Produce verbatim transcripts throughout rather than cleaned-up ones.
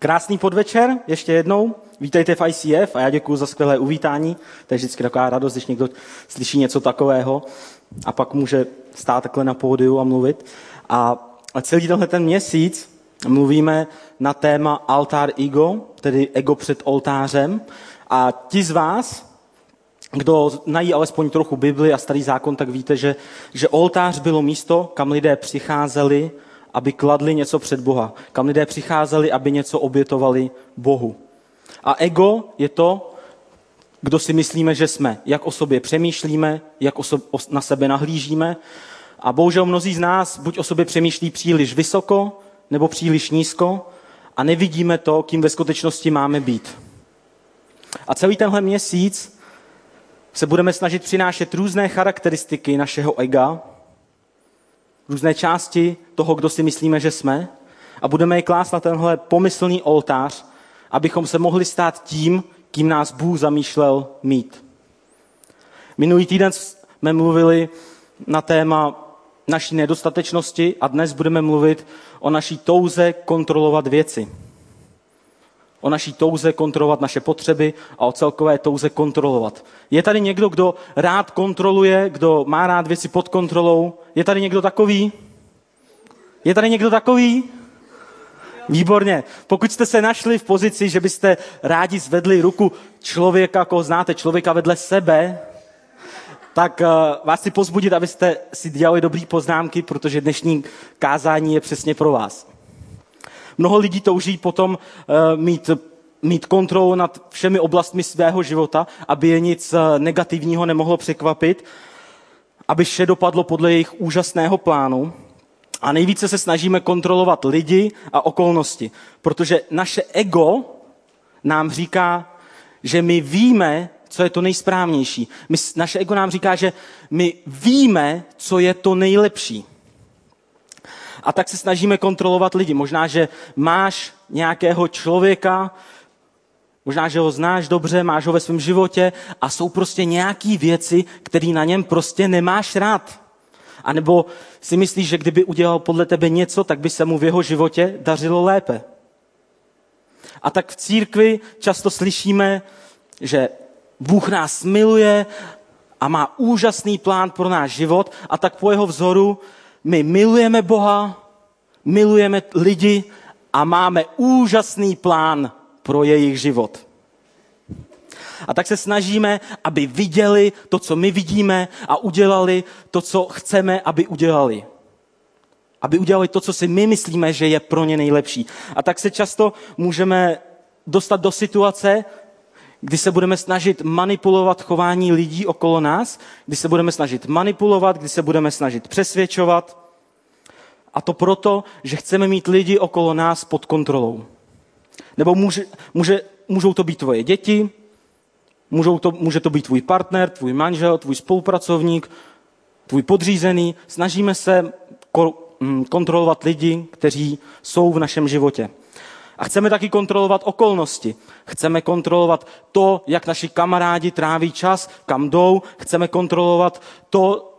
Krásný podvečer, ještě jednou. Vítejte v I C F a já děkuji za skvělé uvítání. To je vždycky taková radost, když někdo slyší něco takového a pak může stát takhle na pódiu a mluvit. A, a celý tenhle ten měsíc mluvíme na téma Altar Ego, tedy ego před oltářem. A ti z vás, kdo znají alespoň trochu Bibli a Starý zákon, tak víte, že, že oltář bylo místo, kam lidé přicházeli, aby kladli něco před Boha. Kam lidé přicházeli, aby něco obětovali Bohu. A ego je to, kdo si myslíme, že jsme. Jak o sobě přemýšlíme, jak o so, na sebe nahlížíme. A bohužel mnozí z nás buď o sobě přemýšlí příliš vysoko, nebo příliš nízko a nevidíme to, kým ve skutečnosti máme být. A celý tenhle měsíc se budeme snažit přinášet různé charakteristiky našeho ega, různé části toho, kdo si myslíme, že jsme, a budeme je klást na tenhle pomyslný oltář, abychom se mohli stát tím, kým nás Bůh zamýšlel mít. Minulý týden jsme mluvili na téma naší nedostatečnosti a dnes budeme mluvit o naší touze kontrolovat věci. O naší touze kontrolovat naše potřeby a o celkové touze kontrolovat. Je tady někdo, kdo rád kontroluje, kdo má rád věci pod kontrolou? Je tady někdo takový? Je tady někdo takový? Výborně. Pokud jste se našli v pozici, že byste rádi zvedli ruku člověka, koho znáte, člověka vedle sebe, tak uh, vás chci pozbudit, abyste si dělali dobrý poznámky, protože dnešní kázání je přesně pro vás. Mnoho lidí touží potom uh, mít, mít kontrolu nad všemi oblastmi svého života, aby je nic uh, negativního nemohlo překvapit, aby vše dopadlo podle jejich úžasného plánu. A nejvíce se snažíme kontrolovat lidi a okolnosti, protože naše ego nám říká, že my víme, co je to nejsprávnější. My, naše ego nám říká, že my víme, co je to nejlepší. A tak se snažíme kontrolovat lidi. Možná, že máš nějakého člověka, možná, že ho znáš dobře, máš ho ve svém životě a jsou prostě nějaký věci, které na něm prostě nemáš rád. A nebo si myslíš, že kdyby udělal podle tebe něco, tak by se mu v jeho životě dařilo lépe. A tak v církvi často slyšíme, že Bůh nás miluje a má úžasný plán pro náš život a tak po jeho vzoru my milujeme Boha, milujeme lidi a máme úžasný plán pro jejich život. A tak se snažíme, aby viděli to, co my vidíme a udělali to, co chceme, aby udělali. Aby udělali to, co si my myslíme, že je pro ně nejlepší. A tak se často můžeme dostat do situace, kdy se budeme snažit manipulovat chování lidí okolo nás, kdy se budeme snažit manipulovat, kdy se budeme snažit přesvědčovat. A to proto, že chceme mít lidi okolo nás pod kontrolou. Nebo může, může, můžou to být tvoje děti, můžou to, může to být tvůj partner, tvůj manžel, tvůj spolupracovník, tvůj podřízený. Snažíme se kontrolovat lidi, kteří jsou v našem životě. A chceme taky kontrolovat okolnosti. Chceme kontrolovat to, jak naši kamarádi tráví čas, kam jdou. Chceme kontrolovat to,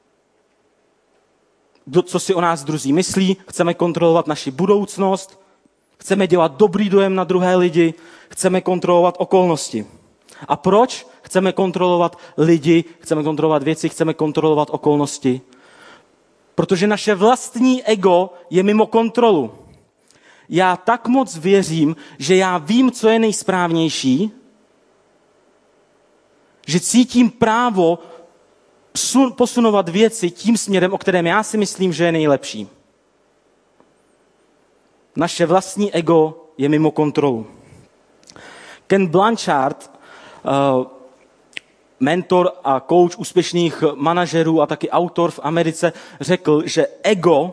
co si o nás druzí myslí. Chceme kontrolovat naši budoucnost. Chceme dělat dobrý dojem na druhé lidi. Chceme kontrolovat okolnosti. A proč chceme kontrolovat lidi, chceme kontrolovat věci, chceme kontrolovat okolnosti? Protože naše vlastní ego je mimo kontrolu. Já tak moc věřím, že já vím, co je nejsprávnější, že cítím právo posunovat věci tím směrem, o kterém já si myslím, že je nejlepší. Naše vlastní ego je mimo kontrolu. Ken Blanchard, mentor a coach úspěšných manažerů a taky autor v Americe, řekl, že ego,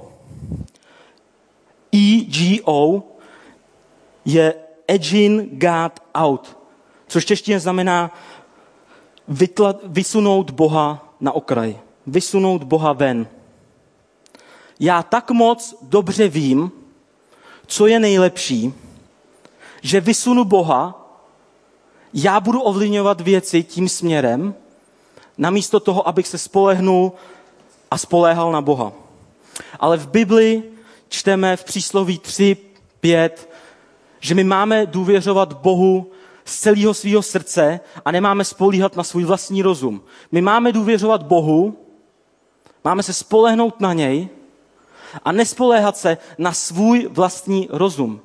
E G O, je edging God out, což v češtině znamená vytla, vysunout Boha na okraj, vysunout Boha ven. Já tak moc dobře vím, co je nejlepší, že vysunu Boha, já budu ovlivňovat věci tím směrem, namísto toho, abych se spolehnul a spoléhal na Boha. Ale v Bibli čteme v přísloví tři pět, že my máme důvěřovat Bohu z celého svého srdce a nemáme spolíhat na svůj vlastní rozum. My máme důvěřovat Bohu, máme se spolehnout na něj a nespoléhat se na svůj vlastní rozum.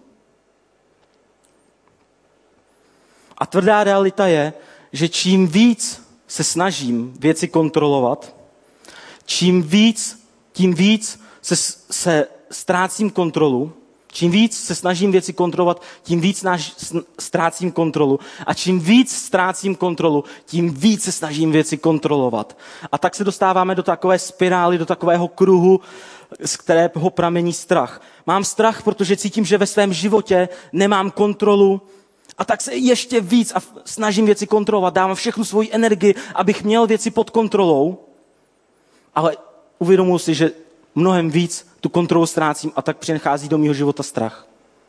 A tvrdá realita je, že čím víc se snažím věci kontrolovat, čím víc, tím víc se, se ztrácím kontrolu, čím víc se snažím věci kontrolovat, tím víc naž, ztrácím kontrolu. A čím víc ztrácím kontrolu, tím víc se snažím věci kontrolovat. A tak se dostáváme do takové spirály, do takového kruhu, z kterého pramení strach. Mám strach, protože cítím, že ve svém životě nemám kontrolu, a tak se ještě víc a snažím věci kontrolovat. Dávám všechnu svoji energii, abych měl věci pod kontrolou, ale uvědomuji si, že mnohem víc tu kontrolu ztrácím a tak přichází do mého života strach.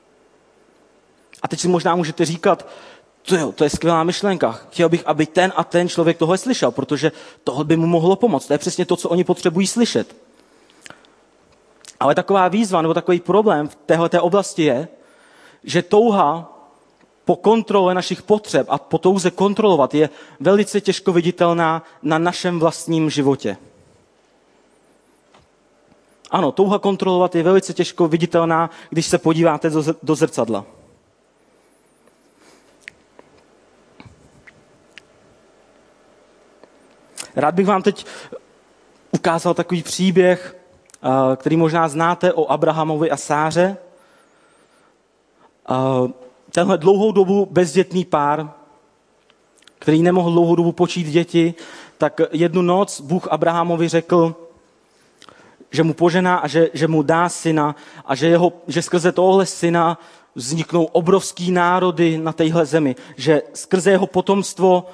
A teď si možná můžete říkat, to, jo, to je skvělá myšlenka. Chtěl bych, aby ten a ten člověk tohle slyšel, protože tohle by mu mohlo pomoct. To je přesně to, co oni potřebují slyšet. Ale taková výzva nebo takový problém v téhleté oblasti je, že touha po kontrole našich potřeb a po touze kontrolovat je velice těžko viditelná na našem vlastním životě. Ano, touha kontrolovat je velice těžko viditelná, když se podíváte do, do zrcadla. Rád bych vám teď ukázal takový příběh, který možná znáte, o Abrahamovi a Sáře. Tenhle dlouhou dobu bezdětný pár, který nemohl dlouhou dobu počít děti, tak jednu noc Bůh Abrahamovi řekl, že mu požená a že, že mu dá syna a že, jeho, že skrze tohle syna vzniknou obrovský národy na téhle zemi. Že skrze jeho potomstvo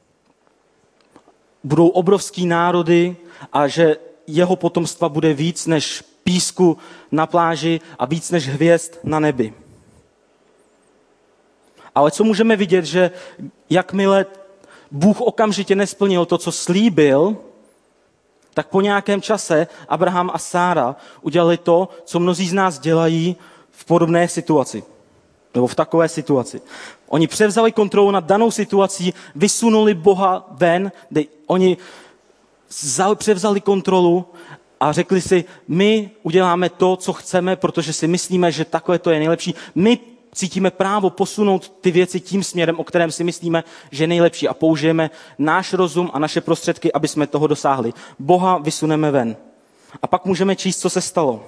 budou obrovský národy a že jeho potomstva bude víc než písku na pláži a víc než hvězd na nebi. Ale co můžeme vidět, že jakmile Bůh okamžitě nesplnil to, co slíbil, tak po nějakém čase Abraham a Sára udělali to, co mnozí z nás dělají v podobné situaci. Nebo v takové situaci. Oni převzali kontrolu nad danou situací, vysunuli Boha ven, kde oni převzali kontrolu a řekli si, my uděláme to, co chceme, protože si myslíme, že takhle to je nejlepší. My cítíme právo posunout ty věci tím směrem, o kterém si myslíme, že je nejlepší a použijeme náš rozum a naše prostředky, aby jsme toho dosáhli. Boha vysuneme ven. A pak můžeme číst, co se stalo.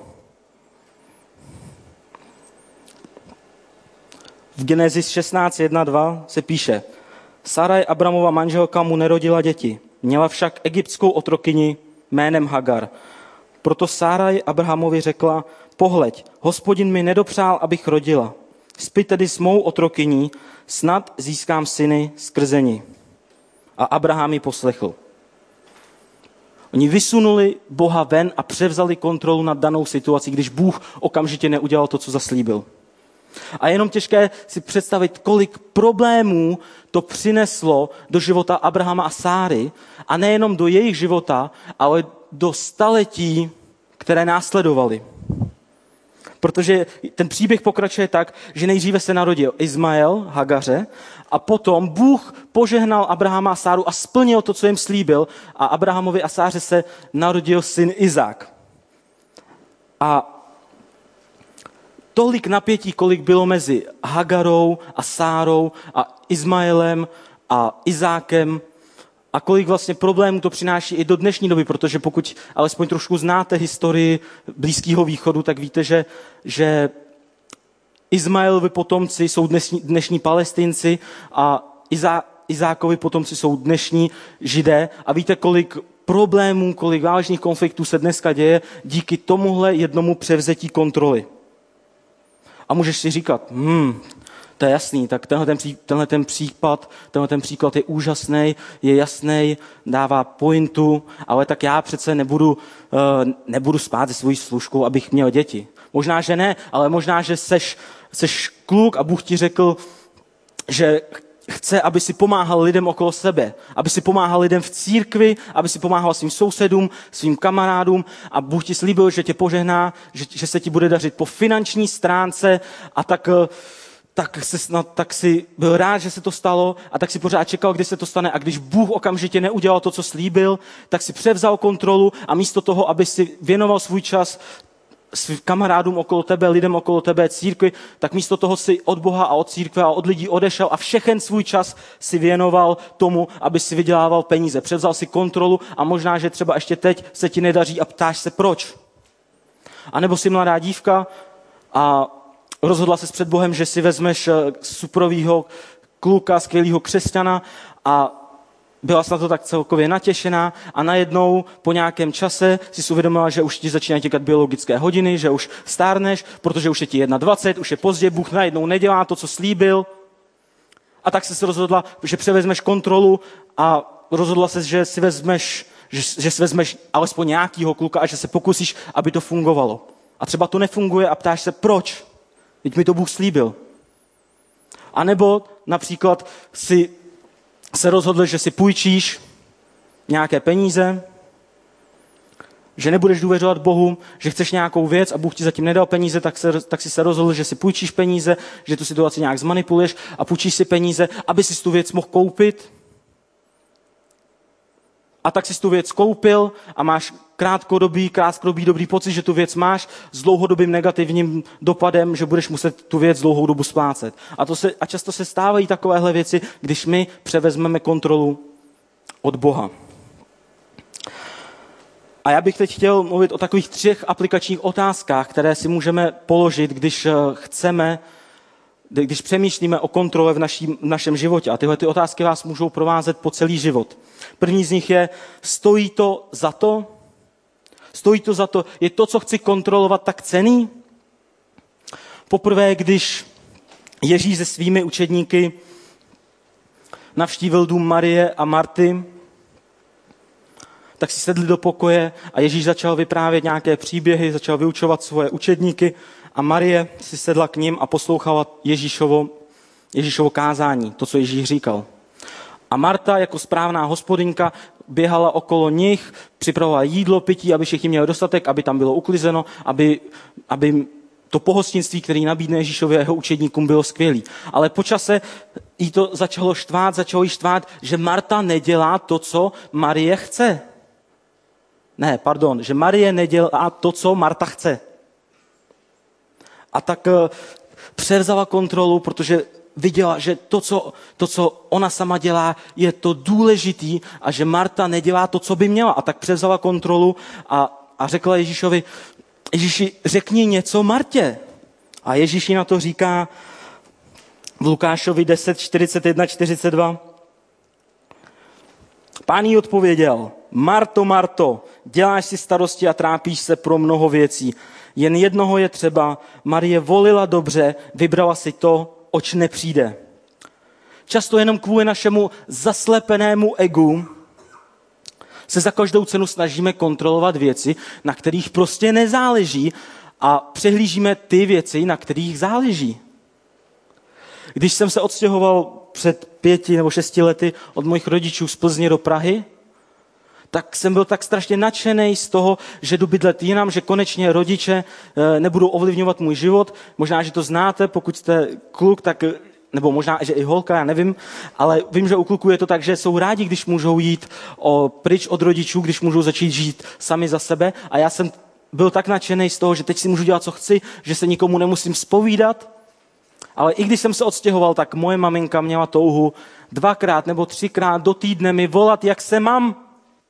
V Genesis šestnáct jedna dva se píše, Saraj, Abramova manželka, mu nerodila děti. Měla však egyptskou otrokyni jménem Hagar. Proto Sáraj Abrahamovi řekla, pohleď, Hospodin mi nedopřál, abych rodila. Spí tedy s mou otrokyní, snad získám syny skrze ní. A Abraham ji poslechl. Oni vysunuli Boha ven a převzali kontrolu nad danou situací, když Bůh okamžitě neudělal to, co zaslíbil. A je jenom těžké si představit, kolik problémů to přineslo do života Abrahama a Sáry a nejenom do jejich života, ale do staletí, které následovaly. Protože ten příběh pokračuje tak, že nejdříve se narodil Izmael, Hagaře, a potom Bůh požehnal Abrahama a Sáru a splnil to, co jim slíbil, a Abrahamovi a Sáře se narodil syn Izák. A tolik napětí, kolik bylo mezi Hagarou a Sárou a Izmaelem a Izákem, a kolik vlastně problémů to přináší i do dnešní doby, protože pokud alespoň trošku znáte historii Blízkého východu, tak víte, že, že Izmaelovi potomci jsou dnešní, dnešní Palestinci a Izá, Izákovi potomci jsou dnešní Židé. A víte, kolik problémů, kolik válečných konfliktů se dneska děje díky tomuhle jednomu převzetí kontroly. A můžeš si říkat, hmm, to je jasný, tak tenhle ten, pří, tenhle ten případ, tenhle ten příklad je úžasný, je jasný, dává pointu, ale tak já přece nebudu, uh, nebudu spát se svojí služkou, abych měl děti. Možná, že ne, ale možná, že seš, seš kluk a Bůh ti řekl, že chce, aby si pomáhal lidem okolo sebe, aby si pomáhal lidem v církvi, aby si pomáhal svým sousedům, svým kamarádům, a Bůh ti slíbil, že tě požehná, že, že se ti bude dařit po finanční stránce, a tak, tak, se snad, tak si byl rád, že se to stalo a tak si pořád čekal, kdy se to stane. A když Bůh okamžitě neudělal to, co slíbil, tak si převzal kontrolu a místo toho, aby si věnoval svůj čas svým kamarádům okolo tebe, lidem okolo tebe, církvi, tak místo toho si od Boha a od církve a od lidí odešel a všechen svůj čas si věnoval tomu, aby si vydělával peníze. Převzal si kontrolu a možná, že třeba ještě teď se ti nedaří a ptáš se proč. A nebo si mladá dívka a rozhodla se před Bohem, že si vezmeš suprovýho kluka, skvělýho křesťana a byla jsi na to tak celkově natěšená a najednou po nějakém čase si uvědomila, že už ti začínají těkat biologické hodiny, že už stárneš, protože už je ti dvacet jedna, už je pozdě, Bůh najednou nedělá to, co slíbil. A tak jsi se rozhodla, že převezmeš kontrolu a rozhodla se, že si vezmeš, že, že si vezmeš alespoň nějakýho kluka a že se pokusíš, aby to fungovalo. A třeba to nefunguje a ptáš se, proč? Teď mi to Bůh slíbil. A nebo například si se rozhodl, že si půjčíš nějaké peníze, že nebudeš důvěřovat Bohu, že chceš nějakou věc a Bůh ti zatím nedal peníze, tak, se, tak si se rozhodl, že si půjčíš peníze, že tu situaci nějak zmanipuluješ a půjčíš si peníze, aby si tu věc mohl koupit. A tak si tu věc koupil a máš krátkodobý, krátkodobý dobrý pocit, že tu věc máš s dlouhodobým negativním dopadem, že budeš muset tu věc dlouhou dobu splácet. A, to se, a často se stávají takovéhle věci, když my převezmeme kontrolu od Boha. A já bych teď chtěl mluvit o takových třech aplikačních otázkách, které si můžeme položit, když chceme, když přemýšlíme o kontrole v, naší, v našem životě. A tyhle ty otázky vás můžou provázet po celý život. První z nich je, stojí to za to? Stojí to za to? Je to, co chci kontrolovat, tak cenný? Poprvé, když Ježíš se svými učedníky navštívil dům Marie a Marty, tak si sedli do pokoje a Ježíš začal vyprávět nějaké příběhy, začal vyučovat svoje učedníky a Marie si sedla k ním a poslouchala Ježíšovo, Ježíšovo kázání, to, co Ježíš říkal. A Marta jako správná hospodyňka běhala okolo nich, připravovala jídlo, pití, aby všichni měli dostatek, aby tam bylo uklizeno, aby, aby to pohostinství, které nabídne Ježíšovi a jeho učedníkům, bylo skvělý. Ale po čase jí to začalo štvát, začalo jí štvát, že Marta nedělá to, co Marie chce. Ne, pardon, že Marie nedělá to, co Marta chce. A tak převzala kontrolu, protože viděla, že to co, to, co ona sama dělá, je to důležitý a že Marta nedělá to, co by měla. A tak převzala kontrolu a, a řekla Ježíšovi, Ježíši, řekni něco Martě. A Ježíš jí na to říká v Lukášovi deset, čtyřicet jedna, čtyřicet dva. Pán jí odpověděl, Marto, Marto, děláš si starosti a trápíš se pro mnoho věcí. Jen jednoho je třeba, Marie volila dobře, vybrala si to, oč nepřijde. Často jenom kvůli našemu zaslepenému egu se za každou cenu snažíme kontrolovat věci, na kterých prostě nezáleží a přehlížíme ty věci, na kterých záleží. Když jsem se odstěhoval před pěti nebo šesti lety od mojich rodičů z Plzně do Prahy, tak jsem byl tak strašně nadšený z toho, že jdu bydlet jinam, že konečně rodiče nebudou ovlivňovat můj život. Možná, že to znáte, pokud jste kluk, tak, nebo možná, že i holka, já nevím, ale vím, že u kluků je to tak, že jsou rádi, když můžou jít o, pryč od rodičů, když můžou začít žít sami za sebe. A já jsem byl tak nadšený z toho, že teď si můžu dělat, co chci, že se nikomu nemusím zpovídat. Ale i když jsem se odstěhoval, tak moje maminka měla touhu dvakrát nebo třikrát do týdne mi volat, jak se mám.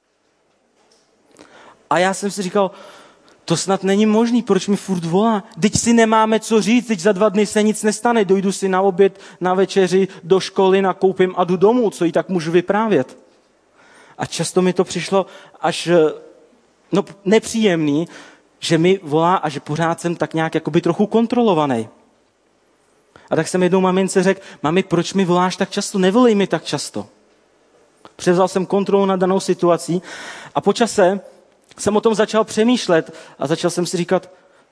A já jsem si říkal, to snad není možný, proč mi furt volá? Teď si nemáme co říct, teď za dva dny se nic nestane, dojdu si na oběd, na večeři, do školy, nakoupím a jdu domů, co jí tak můžu vyprávět. A často mi to přišlo až no, nepříjemný, že mi volá a že pořád jsem tak nějak jakoby trochu kontrolovaný. A tak jsem jednou mamince řekl, mami, proč mi voláš tak často, nevolej mi tak často. Převzal jsem kontrolu nad danou situací a po čase jsem o tom začal přemýšlet a začal jsem si říkat,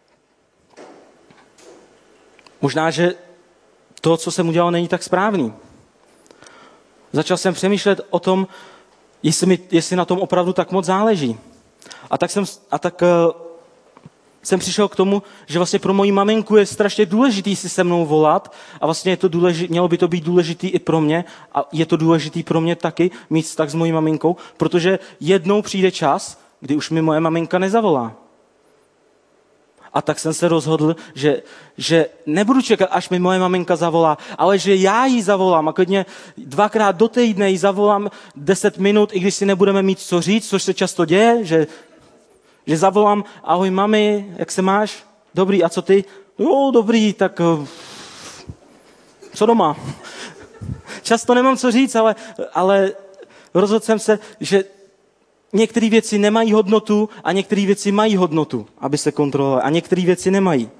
možná, že to, co jsem udělal, není tak správný. Začal jsem přemýšlet o tom, jestli, mi, jestli na tom opravdu tak moc záleží. A tak, jsem, a tak uh, jsem přišel k tomu, že vlastně pro moji maminku je strašně důležitý si se mnou volat a vlastně je to důležitý, mělo by to být důležitý i pro mě a je to důležitý pro mě taky mít vztah s mojí maminkou, protože jednou přijde čas, kdy už mi moje maminka nezavolá. A tak jsem se rozhodl, že, že nebudu čekat, až mi moje maminka zavolá, ale že já jí zavolám a klidně dvakrát do týdne jí zavolám deset minut, i když si nebudeme mít co říct, což se často děje, že, že zavolám, ahoj mami, jak se máš? Dobrý, a co ty? Jo, dobrý, tak co doma? Často nemám co říct, ale, ale rozhodl jsem se, že některé věci nemají hodnotu a některé věci mají hodnotu, aby se kontrolovaly. A některé věci nemají.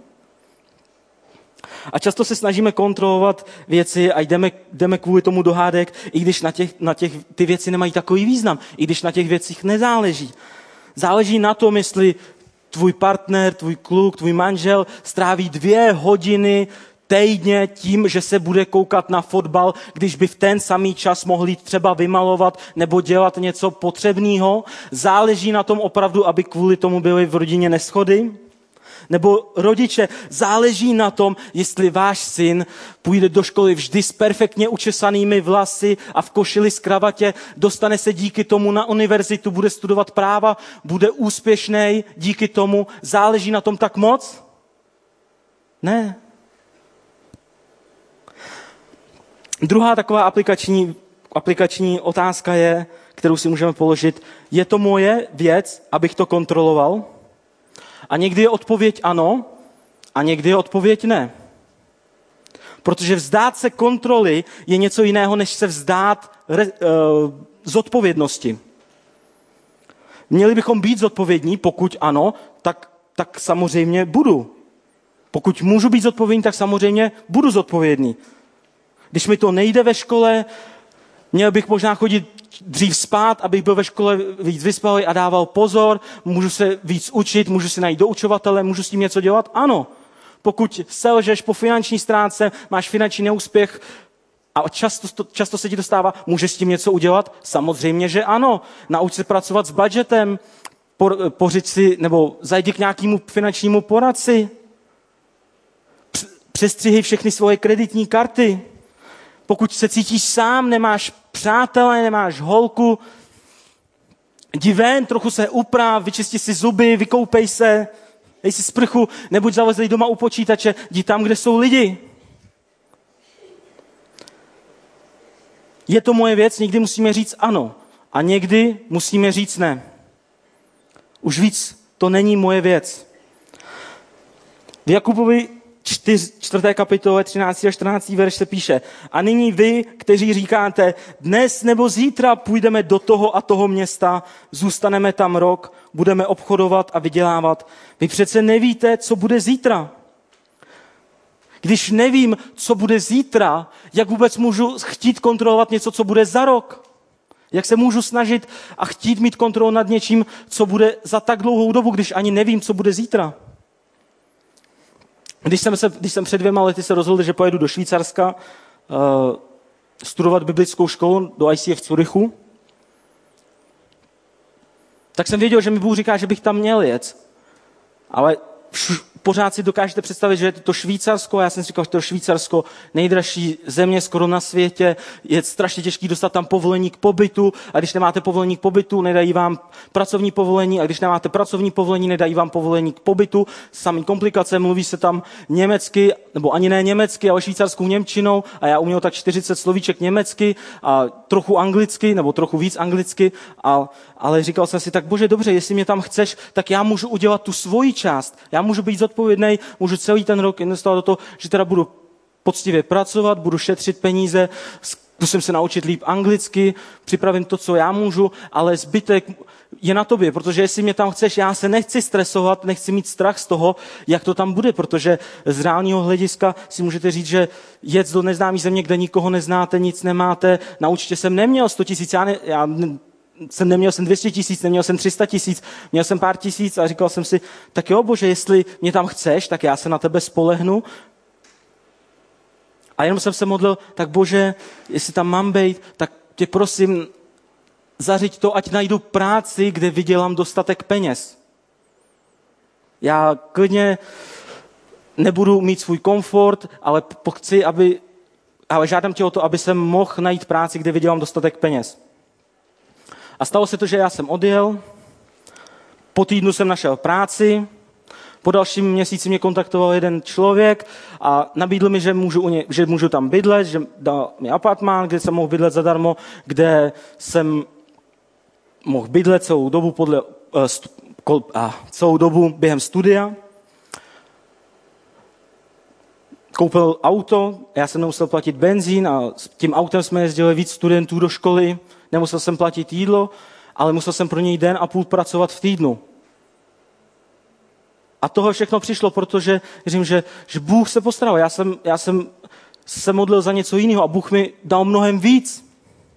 A často se snažíme kontrolovat věci a jdeme, jdeme kvůli tomu do hádek, i když na těch, na těch, ty věci nemají takový význam, i když na těch věcích nezáleží. Záleží na tom, jestli tvůj partner, tvůj kluk, tvůj manžel stráví dvě hodiny týdně tím, že se bude koukat na fotbal, když by v ten samý čas mohli třeba vymalovat nebo dělat něco potřebného. Záleží na tom opravdu, aby kvůli tomu byly v rodině neshody. Nebo rodiče, záleží na tom, jestli váš syn půjde do školy vždy s perfektně učesanými vlasy a v košili z kravatě, dostane se díky tomu na univerzitu, bude studovat práva, bude úspěšný díky tomu. Záleží na tom tak moc? Ne. Druhá taková aplikační, aplikační otázka je, kterou si můžeme položit, je to moje věc, abych to kontroloval? A někdy je odpověď ano, a někdy je odpověď ne. Protože vzdát se kontroly je něco jiného, než se vzdát re, uh, zodpovědnosti. Měli bychom být zodpovědní, pokud ano, tak, tak samozřejmě budu. Pokud můžu být zodpovědný, tak samozřejmě budu zodpovědný. Když mi to nejde ve škole, měl bych možná chodit dřív spát, abych byl ve škole víc vyspalý a dával pozor, můžu se víc učit, můžu si najít doučovatele, můžu s tím něco dělat? Ano. Pokud selžeš po finanční stránce, máš finanční neúspěch a často, často se ti dostává, můžeš s tím něco udělat? Samozřejmě, že ano. Nauč se pracovat s budgetem, pořiď si, nebo zajdi k nějakému finančnímu poradci. Přestřihej všechny svoje kreditní karty. Pokud se cítíš sám, nemáš přátele, nemáš holku, jdi ven, trochu se uprav, vyčisti si zuby, vykoupej se, dej si sprchu, nebuď zalezlý doma u počítače, jdi tam, kde jsou lidi. Je to moje věc, někdy musíme říct ano a někdy musíme říct ne. Už víc to není moje věc. V Jakubovi čtvrté kapitole třináctý a čtrnáctý verš se píše: a nyní vy, kteří říkáte, dnes nebo zítra půjdeme do toho a toho města, zůstaneme tam rok, budeme obchodovat a vydělávat. Vy přece nevíte, co bude zítra. Když nevím, co bude zítra, jak vůbec můžu chtít kontrolovat něco, co bude za rok? Jak se můžu snažit a chtít mít kontrolu nad něčím, co bude za tak dlouhou dobu, když ani nevím, co bude zítra? Když jsem, se, když jsem před dvěma lety se rozhodl, že pojedu do Švýcarska uh, studovat biblickou školu do I C F v Curychu, tak jsem věděl, že mi Bůh říká, že bych tam měl jet. Ale vš- pořád si dokážete představit, že je to Švýcarsko, a já jsem si říkal, že to je Švýcarsko, nejdražší země skoro na světě, je strašně těžký dostat tam povolení k pobytu, a když nemáte povolení k pobytu, nedají vám pracovní povolení, a když nemáte pracovní povolení, nedají vám povolení k pobytu, samý komplikace, mluví se tam německy, nebo ani ne německy, ale švýcarskou němčinou, a já uměl tak čtyřicet slovíček německy a trochu anglicky, nebo trochu víc anglicky, a, ale říkal jsem si, tak bože, dobře, jestli mě tam chceš, tak já můžu udělat tu svoji část, já můžu být zodpovědnej, můžu celý ten rok investovat do toho, že teda budu poctivě pracovat, budu šetřit peníze, zkusím se naučit líp anglicky, připravím to, co já můžu, ale zbytek je na tobě, protože jestli mě tam chceš, já se nechci stresovat, nechci mít strach z toho, jak to tam bude, protože z reálního hlediska si můžete říct, že jet do neznámé země, kde nikoho neznáte, nic nemáte, na účtě jsem neměl sto tisíc, já, ne, já jsem neměl jsem dvě stě tisíc, neměl jsem tři sta tisíc, měl jsem pár tisíc a říkal jsem si, tak jo, bože, jestli mě tam chceš, tak já se na tebe spolehnu. A jenom jsem se modlil, tak bože, jestli tam mám být, tak tě prosím, zařiď to, ať najdu práci, kde vydělám dostatek peněz. Já klidně nebudu mít svůj komfort, ale chci, aby, ale žádám tě o to, aby jsem mohl najít práci, kde vydělám dostatek peněz. A stalo se to, že já jsem odjel, po týdnu jsem našel práci, po dalším měsíci mě kontaktoval jeden člověk a nabídl mi, že můžu, u ně, že můžu tam bydlet, že dal mi apartmán, kde jsem mohl bydlet zadarmo, kde jsem mohl bydlet celou dobu, podle, uh, a celou dobu během studia. Koupil auto, já jsem nemusel platit benzín a s tím autem jsme jezdili víc studentů do školy, nemusel jsem platit jídlo, ale musel jsem pro něj den a půl pracovat v týdnu. A toho všechno přišlo, protože říkám, že, že Bůh se postaral. Já jsem, já jsem se modlil za něco jiného a Bůh mi dal mnohem víc.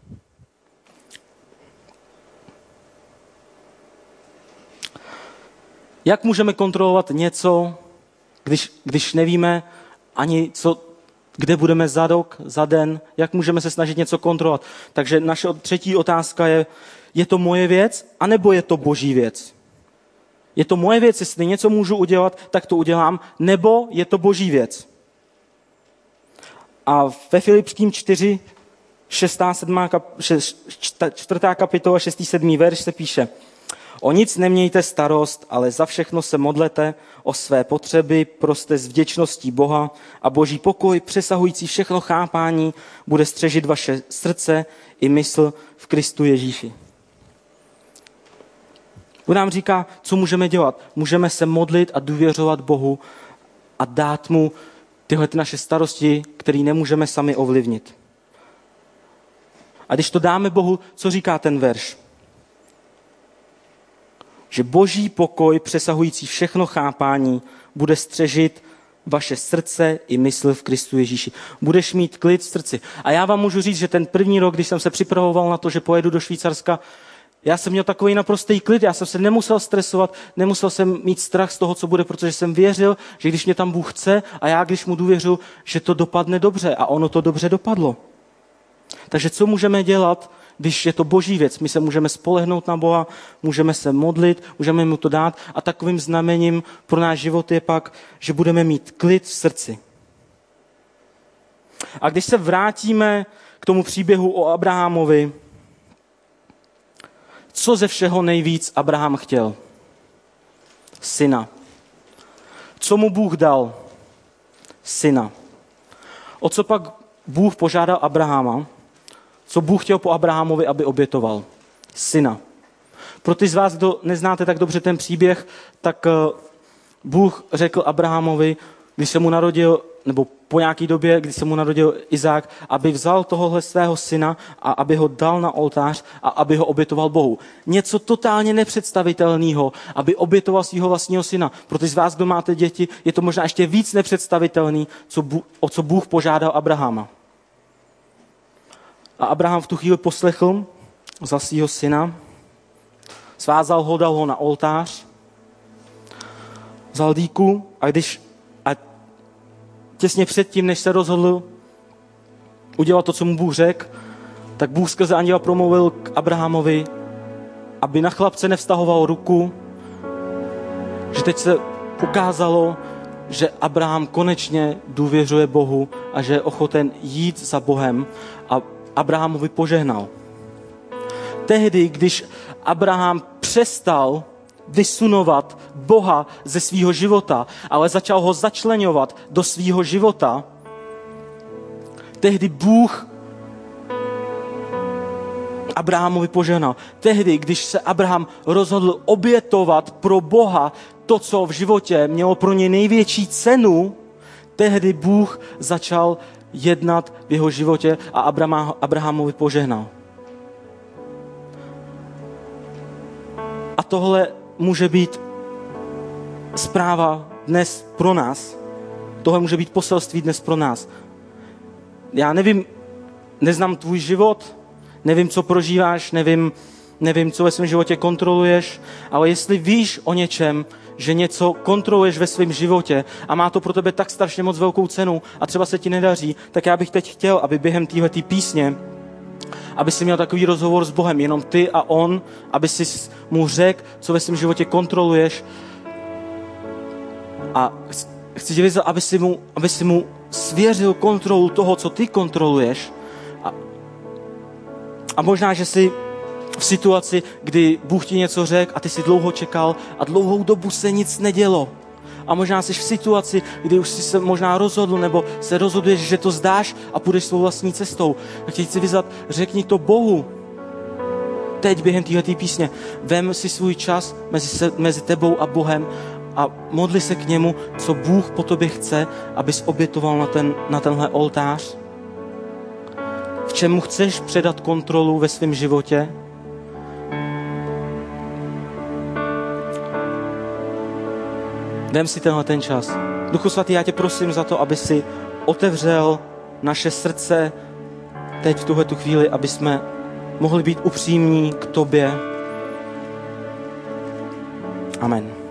Jak můžeme kontrolovat něco, když, když nevíme ani, co, kde budeme za rok, za den? Jak můžeme se snažit něco kontrolovat? Takže naše třetí otázka je, je to moje věc, anebo je to Boží věc? Je to moje věc, jestli něco můžu udělat, tak to udělám, nebo je to Boží věc? A ve Filipským čtyři, šestá, sedmá, čtvrtá kapitola, šestý, sedmý verš se píše: O nic nemějte starost, ale za všechno se modlete, o své potřeby proste s vděčností Boha a Boží pokoj, přesahující všechno chápání, bude střežit vaše srdce i mysl v Kristu Ježíši. Bůh nám říká, co můžeme dělat. Můžeme se modlit a důvěřovat Bohu a dát mu tyhle ty naše starosti, které nemůžeme sami ovlivnit. A když to dáme Bohu, co říká ten verš? Že Boží pokoj, přesahující všechno chápání, bude střežit vaše srdce i mysl v Kristu Ježíši. Budeš mít klid v srdci. A já vám můžu říct, že ten první rok, když jsem se připravoval na to, že pojedu do Švýcarska, já jsem měl takový naprostý klid, já jsem se nemusel stresovat, nemusel jsem mít strach z toho, co bude, protože jsem věřil, že když mě tam Bůh chce a já, když mu důvěřu, že to dopadne dobře a ono to dobře dopadlo. Takže co můžeme dělat, když je to Boží věc? My se můžeme spolehnout na Boha, můžeme se modlit, můžeme mu to dát a takovým znamením pro náš život je pak, že budeme mít klid v srdci. A když se vrátíme k tomu příběhu o Abrahamovi, co ze všeho nejvíc Abraham chtěl? Syna. Co mu Bůh dal? Syna. O co pak Bůh požádal Abrahama? Co Bůh chtěl po Abrahamovi, aby obětoval? Syna. Pro ty z vás, kdo neznáte tak dobře ten příběh, tak Bůh řekl Abrahamovi, když se mu narodil, nebo po nějaké době, když se mu narodil Izák, aby vzal tohohle svého syna a aby ho dal na oltář a aby ho obětoval Bohu. Něco totálně nepředstavitelného, aby obětoval svého vlastního syna. Pro ty z vás, kdo máte děti, je to možná ještě víc nepředstavitelný, co Bůh, o co Bůh požádal Abrahama. A Abraham v tu chvíli poslechl, vzal svého syna, svázal ho, dal ho na oltář, vzal dýku a když a těsně předtím, než se rozhodl udělat to, co mu Bůh řekl, tak Bůh skrze anděla promluvil k Abrahamovi, aby na chlapce nevztahoval ruku, že teď se ukázalo, že Abraham konečně důvěřuje Bohu a že je ochoten jít za Bohem a Abrahamovi požehnal. Tehdy, když Abraham přestal vysunovat Boha ze svého života, ale začal ho začleňovat do svého života, tehdy Bůh Abrahamovi požehnal. Tehdy, když se Abraham rozhodl obětovat pro Boha to, co v životě mělo pro něj největší cenu, tehdy Bůh začal jednat v jeho životě a Abrahamovi požehnal. A tohle může být zpráva dnes pro nás. Tohle může být poselství dnes pro nás. Já nevím, neznám tvůj život, nevím, co prožíváš, nevím, nevím, co ve svém životě kontroluješ, ale jestli víš o něčem, že něco kontroluješ ve svém životě a má to pro tebe tak strašně moc velkou cenu a třeba se ti nedaří, tak já bych teď chtěl, aby během téhletý písně, aby si měl takový rozhovor s Bohem, jenom ty a on, aby si mu řekl, co ve svém životě kontroluješ A chci tě vyzvat, aby si mu, aby si mu svěřil kontrolu toho, co ty kontroluješ. A, a možná, že jsi v situaci, kdy Bůh ti něco řekl a ty si dlouho čekal a dlouhou dobu se nic nedělo. A možná jsi v situaci, kdy už jsi se možná rozhodl nebo se rozhoduješ, že to zdáš a půjdeš svou vlastní cestou. Tak tě chci vyzvat, řekni to Bohu. Teď během téhletý písně. Vem si svůj čas mezi, se, mezi tebou a Bohem a modli se k němu, co Bůh po tobě chce, abys obětoval na, ten, na tenhle oltář. V čem mu chceš předat kontrolu ve svém životě. Vem si tenhle ten čas. Duchu svatý, já tě prosím za to, aby si otevřel naše srdce teď v tuhletu chvíli, aby jsme mohli být upřímní k tobě. Amen.